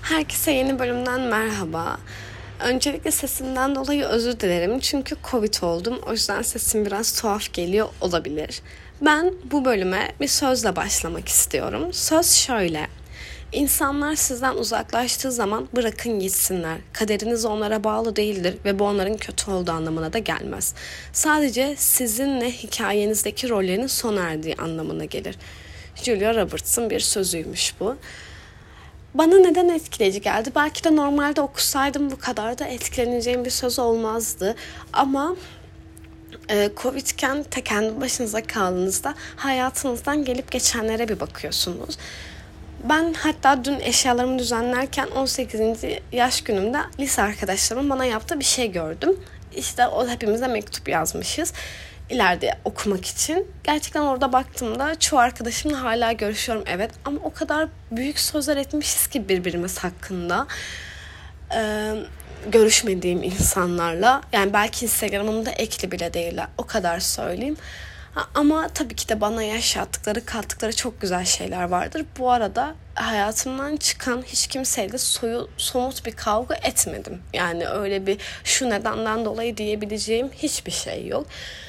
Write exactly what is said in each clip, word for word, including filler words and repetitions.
Herkese yeni bölümden merhaba. Öncelikle sesimden dolayı özür dilerim çünkü Covid oldum. O yüzden sesim biraz tuhaf geliyor olabilir. Ben bu bölüme bir sözle başlamak istiyorum. Söz şöyle. İnsanlar sizden uzaklaştığı zaman bırakın gitsinler. Kaderiniz onlara bağlı değildir ve bu onların kötü olduğu anlamına da gelmez. Sadece sizinle hikayenizdeki rollerin sona erdiği anlamına gelir. Julia Roberts'ın bir sözüymüş bu. Bana neden etkileyici geldi? Belki de normalde okusaydım bu kadar da etkileneceğim bir söz olmazdı. Ama e, Covid'ken tek kendi başınıza kaldığınızda hayatınızdan gelip geçenlere bir bakıyorsunuz. Ben hatta dün eşyalarımı düzenlerken on sekizinci yaş günümde lise arkadaşlarımın bana yaptığı bir şey gördüm. İşte o hepimize mektup yazmışız ileride okumak için. Gerçekten orada baktığımda çoğu arkadaşımla hala görüşüyorum, evet, ama o kadar büyük sözler etmişiz ki birbirimiz hakkında. Ee, görüşmediğim insanlarla, yani belki Instagram'ımda ekli bile değiller, o kadar söyleyeyim. Ama tabii ki de bana yaşattıkları, kattıkları çok güzel şeyler vardır. Bu arada hayatımdan çıkan hiç kimseyle soyu, somut bir kavga etmedim. Yani öyle bir şu nedenden dolayı diyebileceğim hiçbir şey yok.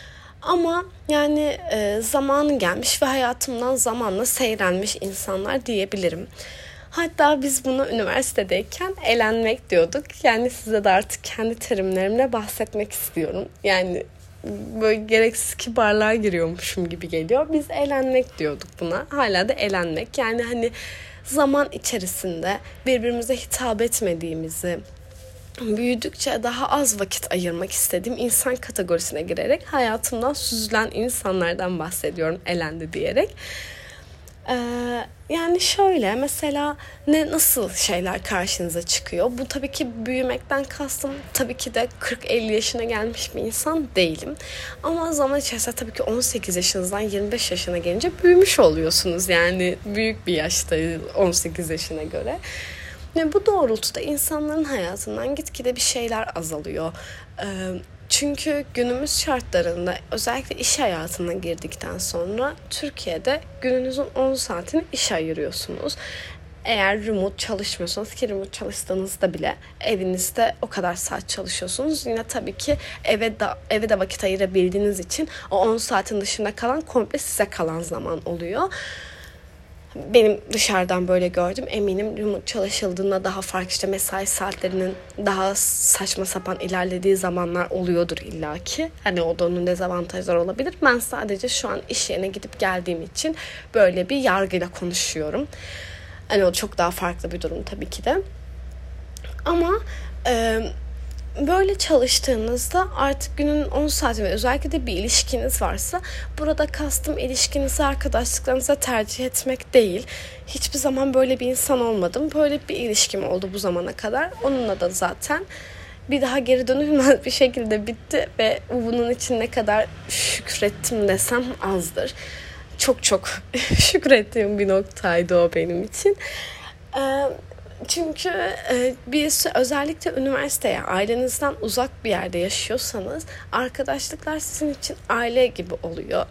Ama yani e, zamanı gelmiş ve hayatımdan zamanla seyrelmiş insanlar diyebilirim. Hatta biz bunu üniversitedeyken elenmek diyorduk. Yani size de artık kendi terimlerimle bahsetmek istiyorum. Yani böyle gereksiz kibarlığa giriyormuşum gibi geliyor. Biz elenmek diyorduk buna. Hala da elenmek. Yani hani zaman içerisinde birbirimize hitap etmediğimizi, büyüdükçe daha az vakit ayırmak istediğim insan kategorisine girerek hayatımdan süzülen insanlardan bahsediyorum, elendi diyerek. Ee, yani şöyle mesela ne nasıl şeyler karşınıza çıkıyor? Bu tabii ki büyümekten kastım tabii ki de kırk elli yaşına gelmiş bir insan değilim. Ama zaman içerisinde tabii ki on sekiz yaşınızdan yirmi beş yaşına gelince büyümüş oluyorsunuz. Yani büyük bir yaştayız on sekiz yaşına göre. Ve bu doğrultuda insanların hayatından gitgide bir şeyler azalıyor. Ee, çünkü günümüz şartlarında özellikle iş hayatına girdikten sonra Türkiye'de gününüzün on saatini işe ayırıyorsunuz. Eğer remote çalışmıyorsanız, ki remote çalıştığınızda bile evinizde o kadar saat çalışıyorsunuz. Yine tabii ki eve de, eve de vakit ayırabildiğiniz için o on saatin dışında kalan komple size kalan zaman oluyor. Benim dışarıdan böyle gördüm. Eminim remote çalışıldığında daha farklı, işte mesai saatlerinin daha saçma sapan ilerlediği zamanlar oluyordur illaki. Hani o da onun dezavantajları olabilir. Ben sadece şu an iş yerine gidip geldiğim için böyle bir yargıyla konuşuyorum. Hani o çok daha farklı bir durum tabii ki de. Ama e, böyle çalıştığınızda artık günün on saati ve özellikle de bir ilişkiniz varsa, burada kastım ilişkinizi arkadaşlıklarınıza tercih etmek değil. Hiçbir zaman böyle bir insan olmadım. Böyle bir ilişkim oldu bu zamana kadar. Onunla da zaten bir daha geri dönülmez bir şekilde bitti ve bunun için ne kadar şükrettim desem azdır. Çok çok şükrettiğim bir noktaydı o benim için. Ee, Çünkü e, birisi özellikle üniversiteye ailenizden uzak bir yerde yaşıyorsanız arkadaşlıklar sizin için aile gibi oluyor.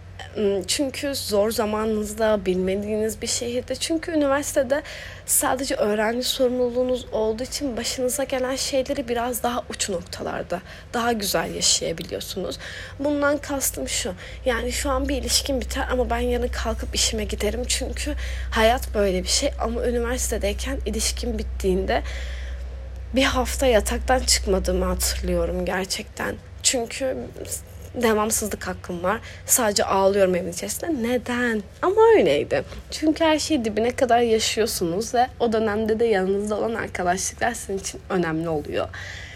Çünkü zor zamanınızda, bilmediğiniz bir şehirde, çünkü üniversitede sadece öğrenci sorumluluğunuz olduğu için başınıza gelen şeyleri biraz daha uç noktalarda daha güzel yaşayabiliyorsunuz. Bundan kastım şu: yani şu an bir ilişkim biter ama ben yarın kalkıp işime giderim, çünkü hayat böyle bir şey. Ama üniversitedeyken ilişkim bittiğinde bir hafta yataktan çıkmadığımı hatırlıyorum gerçekten. Çünkü devamsızlık hakkım var. Sadece ağlıyorum evin içerisinde. Neden? Ama öyleydi. Çünkü her şeyi dibine kadar yaşıyorsunuz ve o dönemde de yanınızda olan arkadaşlıklar sizin için önemli oluyor.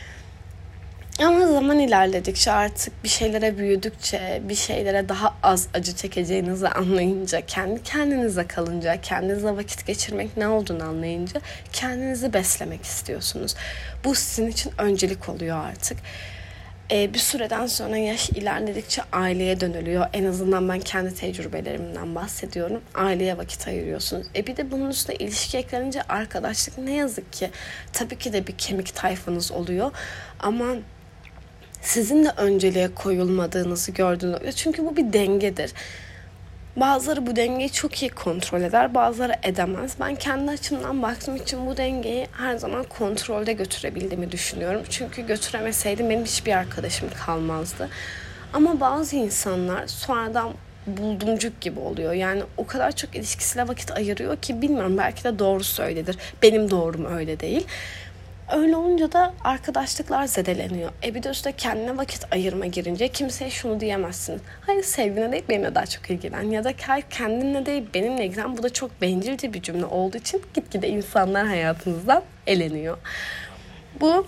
Ama zaman ilerledikçe, artık bir şeylere büyüdükçe, bir şeylere daha az acı çekeceğinizi anlayınca, kendi kendinize kalınca, kendinize vakit geçirmek ne olduğunu anlayınca kendinizi beslemek istiyorsunuz. Bu sizin için öncelik oluyor artık. Ee, bir süreden sonra yaş ilerledikçe aileye dönülüyor. En azından ben kendi tecrübelerimden bahsediyorum. Aileye vakit ayırıyorsunuz. E bir de bunun üstüne ilişki eklenince arkadaşlık, ne yazık ki tabii ki de bir kemik tayfanız oluyor. Ama sizin de önceliğe koyulmadığınızı gördüğünüz, çünkü bu bir dengedir. Bazıları bu dengeyi çok iyi kontrol eder, bazıları edemez. Ben kendi açımdan baktığım için bu dengeyi her zaman kontrolde götürebildiğimi düşünüyorum. Çünkü götüremeseydim benim hiçbir arkadaşım kalmazdı. Ama bazı insanlar sonradan buldumcuk gibi oluyor. Yani o kadar çok ilişkisiyle vakit ayırıyor ki bilmiyorum, belki de doğrusu öyledir. Benim doğrum öyle değil. Öyle olunca da arkadaşlıklar zedeleniyor. E bir de üstüne kendine vakit ayırma girince kimseye şunu diyemezsin. Hayır, sevgine değil benimle daha çok ilgilen. Ya da hayır, kendinle değil benimle ilgilen. Bu da çok bencilce bir cümle olduğu için gitgide insanlar hayatınızdan eleniyor. Bu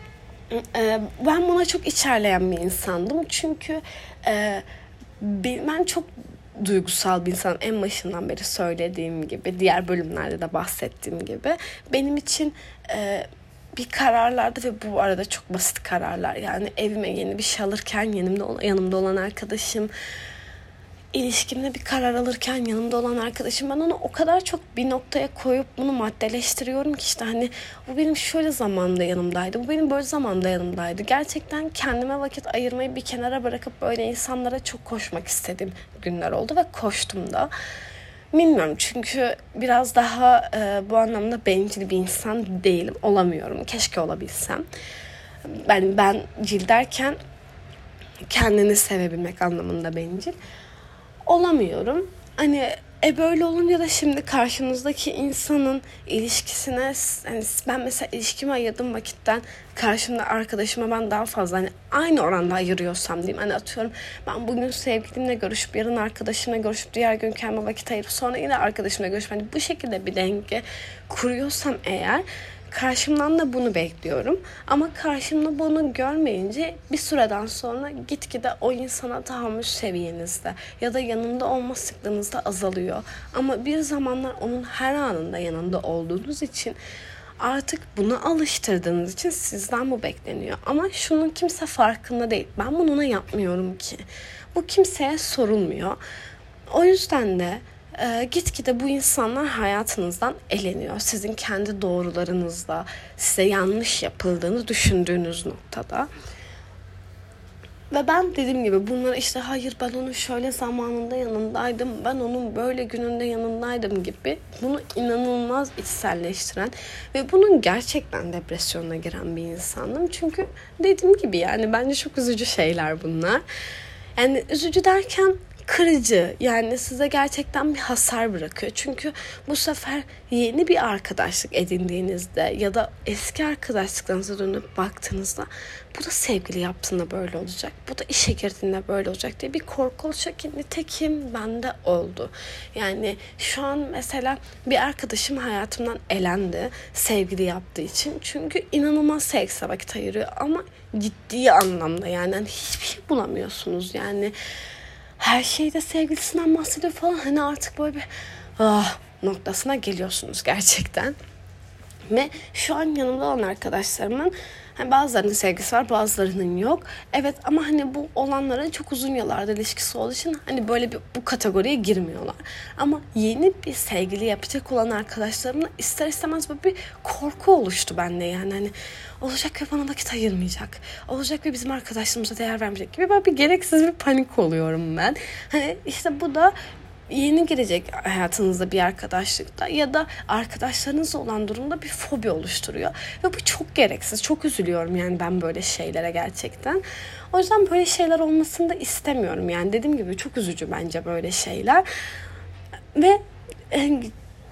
e, ben buna çok içerleyen bir insandım. Çünkü e, ben çok duygusal bir insanım. En başından beri söylediğim gibi, diğer bölümlerde de bahsettiğim gibi. Benim için e, bir kararlarda ve bu arada çok basit kararlar. Yani evime yeni bir şey alırken yanımda, yanımda olan arkadaşım, ilişkimde bir karar alırken yanımda olan arkadaşım, ben onu o kadar çok bir noktaya koyup bunu maddeleştiriyorum ki işte hani bu benim şöyle zamanımda yanımdaydı, bu benim böyle zamanımda yanımdaydı. Gerçekten kendime vakit ayırmayı bir kenara bırakıp böyle insanlara çok koşmak istediğim günler oldu ve koştum da. Bilmiyorum, çünkü biraz daha e, bu anlamda bencil bir insan değilim. Olamıyorum. Keşke olabilsem. Ben bencil derken kendini sevebilmek anlamında bencil. Olamıyorum. Hani e böyle olunca da şimdi karşımızdaki insanın ilişkisine, hani ben mesela ilişkime ayırdığım vakitten karşımda arkadaşıma ben daha fazla hani aynı oranda ayırıyorsam diyeyim. Hani atıyorum, ben bugün sevgilimle görüşüp yarın arkadaşımla görüşüp diğer gün kendime vakit ayırıp sonra yine arkadaşımla görüşüp hani bu şekilde bir denge kuruyorsam eğer, karşımdan da bunu bekliyorum. Ama karşımda bunu görmeyince bir süreden sonra gitgide o insana tahammül seviyenizde ya da yanında olma sıklığınızda azalıyor. Ama bir zamanlar onun her anında yanında olduğunuz için, artık buna alıştırdığınız için sizden bu bekleniyor. Ama şunun kimse farkında değil. Ben bunu ona yapmıyorum ki. Bu kimseye sorulmuyor. O yüzden de e, gitgide bu insanlar hayatınızdan eleniyor. Sizin kendi doğrularınızda size yanlış yapıldığını düşündüğünüz noktada. Ve ben dediğim gibi bunları işte hayır ben onun şöyle zamanında yanındaydım, ben onun böyle gününde yanındaydım gibi bunu inanılmaz içselleştiren ve bunun gerçekten depresyona giren bir insandım. Çünkü dediğim gibi yani bence çok üzücü şeyler bunlar. Yani üzücü derken kırıcı, yani size gerçekten bir hasar bırakıyor. Çünkü bu sefer yeni bir arkadaşlık edindiğinizde ya da eski arkadaşlıklarınıza dönüp baktığınızda bu da sevgili yaptığında böyle olacak, bu da işe girdiğinde böyle olacak diye bir korku olacak ki nitekim bende oldu. Yani şu an mesela bir arkadaşım hayatımdan elendi sevgili yaptığı için. Çünkü inanılmaz sevgisine vakit ayırıyor ama ciddi anlamda yani hani hiçbir şey bulamıyorsunuz yani. Her şeyde sevgilisinden bahsediyor falan. Hani artık böyle bir ah noktasına geliyorsunuz gerçekten. Ve şu an yanımda olan arkadaşlarımın hani bazılarının sevgisi var, bazılarının yok. Evet, ama hani bu olanların çok uzun yıllardır ilişkisi olduğu için hani böyle bir bu kategoriye girmiyorlar. Ama yeni bir sevgili yapacak olan arkadaşlarımla ister istemez böyle bir korku oluştu bende yani. Hani olacak ve bana vakit ayırmayacak, olacak ve bizim arkadaşlarımıza değer vermeyecek gibi böyle bir gereksiz bir panik oluyorum ben. Hani işte bu da yeni girecek hayatınızda bir arkadaşlıkta ya da arkadaşlarınızla olan durumda bir fobi oluşturuyor. Ve bu çok gereksiz. Çok üzülüyorum yani ben böyle şeylere gerçekten. O yüzden böyle şeyler olmasını da istemiyorum. Yani dediğim gibi çok üzücü bence böyle şeyler. Ve e,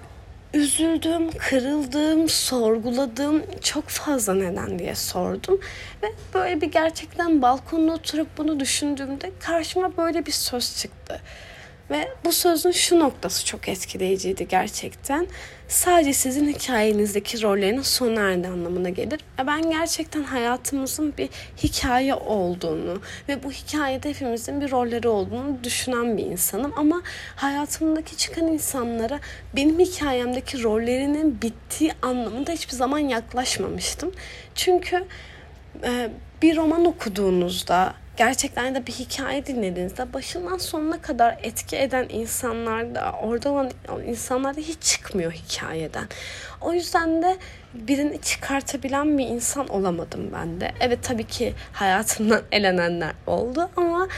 üzüldüm, kırıldım, sorguladım. Çok fazla neden diye sordum. Ve böyle bir gerçekten balkonda oturup bunu düşündüğümde karşıma böyle bir söz çıktı. Ve bu sözün şu noktası çok etkileyiciydi gerçekten. Sadece sizin hikayenizdeki rollerin sona erdiği anlamına gelir. Ve ben gerçekten hayatımızın bir hikaye olduğunu ve bu hikayede hepimizin bir rolleri olduğunu düşünen bir insanım. Ama hayatımdaki çıkan insanlara benim hikayemdeki rollerinin bittiği anlamında hiçbir zaman yaklaşmamıştım. Çünkü e, bir roman okuduğunuzda, gerçekten de bir hikaye dinlediğinizde başından sonuna kadar etki eden insanlar da, orada olan insanlar da hiç çıkmıyor hikayeden. O yüzden de birini çıkartabilen bir insan olamadım ben de. Evet, tabii ki hayatımdan elenenler oldu ama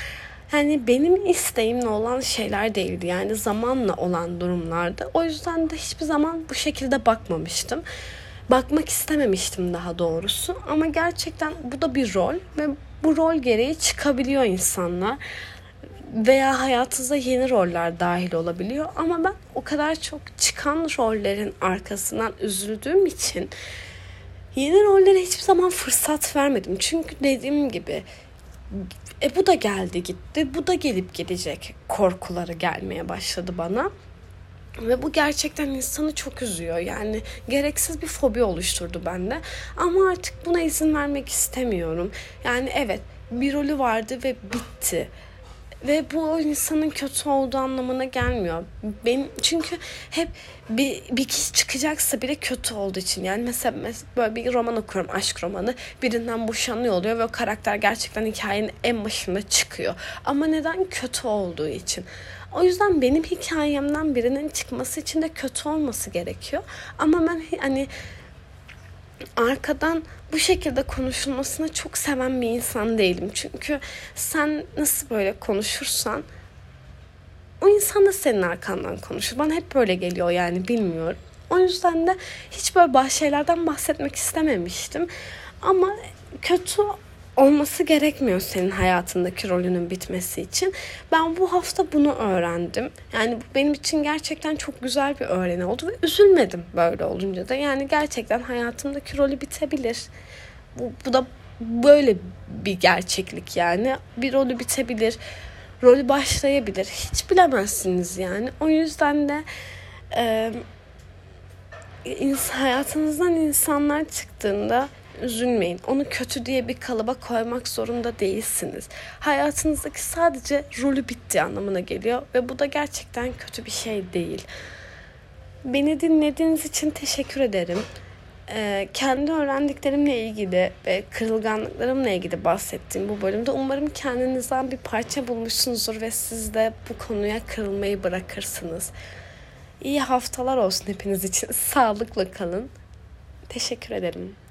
Yani benim isteğimle olan şeyler değildi. Yani zamanla olan durumlardı. O yüzden de hiçbir zaman bu şekilde bakmamıştım. Bakmak istememiştim daha doğrusu. Ama gerçekten bu da bir rol ve bu rol gereği çıkabiliyor insanlar. Veya hayatınıza yeni roller dahil olabiliyor. Ama ben o kadar çok çıkan rollerin arkasından üzüldüğüm için yeni rollere hiçbir zaman fırsat vermedim. Çünkü dediğim gibi e bu da geldi gitti, bu da gelip gidecek korkuları gelmeye başladı bana. Ve bu gerçekten insanı çok üzüyor. Yani gereksiz bir fobi oluşturdu bende. Ama artık buna izin vermek istemiyorum. Yani evet, bir rolü vardı ve bitti. Ve bu o insanın kötü olduğu anlamına gelmiyor. Benim çünkü hep bir, bir kişi çıkacaksa bile kötü olduğu için. Yani mesela, mesela böyle bir roman okuyorum, aşk romanı. Birinden boşanıyor oluyor ve o karakter gerçekten hikayenin en başında çıkıyor. Ama neden? Kötü olduğu için. O yüzden benim hikayemden birinin çıkması için de kötü olması gerekiyor. Ama ben hani arkadan bu şekilde konuşulmasını çok seven bir insan değilim. Çünkü sen nasıl böyle konuşursan o insan da senin arkandan konuşur. Bana hep böyle geliyor, yani bilmiyorum. O yüzden de hiç böyle bazı şeylerden bahsetmek istememiştim. Ama kötü olması gerekmiyor senin hayatındaki rolünün bitmesi için. Ben bu hafta bunu öğrendim. Yani bu benim için gerçekten çok güzel bir öğreni oldu ve üzülmedim böyle olunca da. Yani gerçekten hayatımdaki rolü bitebilir. Bu, bu da böyle bir gerçeklik yani. Bir rolü bitebilir, rolü başlayabilir. Hiç bilemezsiniz yani. O yüzden de e, hayatınızdan insanlar çıktığında üzülmeyin. Onu kötü diye bir kalıba koymak zorunda değilsiniz. Hayatınızdaki sadece rolü bitti anlamına geliyor ve bu da gerçekten kötü bir şey değil. Beni dinlediğiniz için teşekkür ederim. Ee, kendi öğrendiklerimle ilgili ve kırılganlıklarımla ilgili bahsettiğim bu bölümde umarım kendinizden bir parça bulmuşsunuzdur ve siz de bu konuya kırılmayı bırakırsınız. İyi haftalar olsun hepiniz için. Sağlıkla kalın. Teşekkür ederim.